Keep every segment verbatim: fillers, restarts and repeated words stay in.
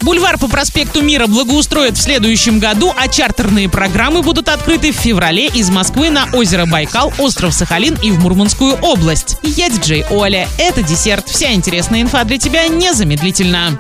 Бульвар по проспекту Мира благоустроят в следующем году, а чартерные программы будут открыты в феврале из Москвы на озеро Байкал, остров Сахалин и в Мурманскую область. Я диджей Оля. Это десерт. Вся интересная инфа для тебя незамедлительно.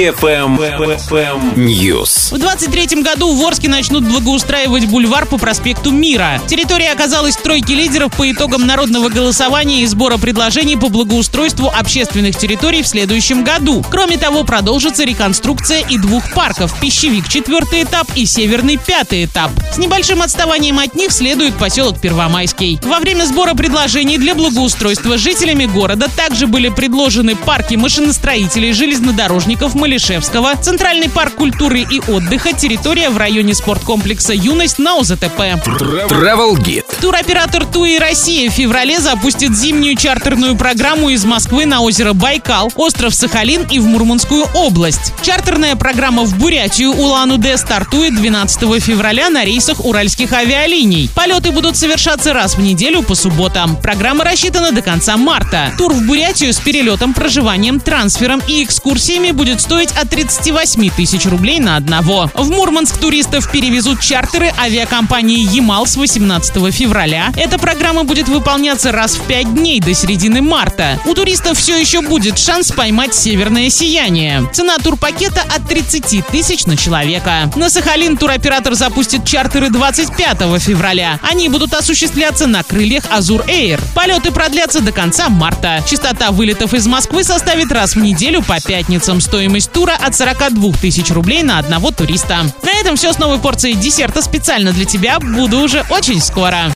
News. В двадцать третьем году в Орске начнут благоустраивать бульвар по проспекту Мира. Территория оказалась в тройке лидеров по итогам народного голосования и сбора предложений по благоустройству общественных территорий в следующем году. Кроме того, продолжится реконструкция и двух парков: Пищевик четвертый этап и Северный пятый этап. С небольшим отставанием от них следует поселок Первомайский. Во время сбора предложений для благоустройства жителями города также были предложены парки машиностроителей, железнодорожников Малишевского, Центральный парк культуры и отдыха, территория в районе спорткомплекса «Юность» на ОЗТП. Travel Guide. Туроператор Туи Россия в феврале запустит зимнюю чартерную программу из Москвы на озеро Байкал, остров Сахалин и в Мурманскую область. Чартерная программа в Бурятию Улан-Удэ стартует двенадцатого февраля на рейсах уральских авиалиний. Полеты будут совершаться раз в неделю по субботам. Программа рассчитана до конца марта. Тур в Бурятию с перелетом, проживанием, трансфером и экскурсиями будет стоить от тридцати восьми тысяч рублей на одного. В Мурманск туристов перевезут чартеры авиакомпании «Ямал» с восемнадцатого февраля. Эта программа будет выполняться раз в пять дней до середины марта. У туристов все еще будет шанс поймать северное сияние. Цена турпакета от тридцати тысяч на человека. На Сахалин туроператор запустит чартеры двадцать пятого февраля. Они будут осуществляться на крыльях Азур Эйр. Полеты продлятся до конца марта. Частота вылетов из Москвы составит раз в неделю по пятницам. Стоимость тура от сорока двух тысяч рублей на одного туриста. На этом все с новой порцией десерта специально для тебя. Буду уже очень скоро.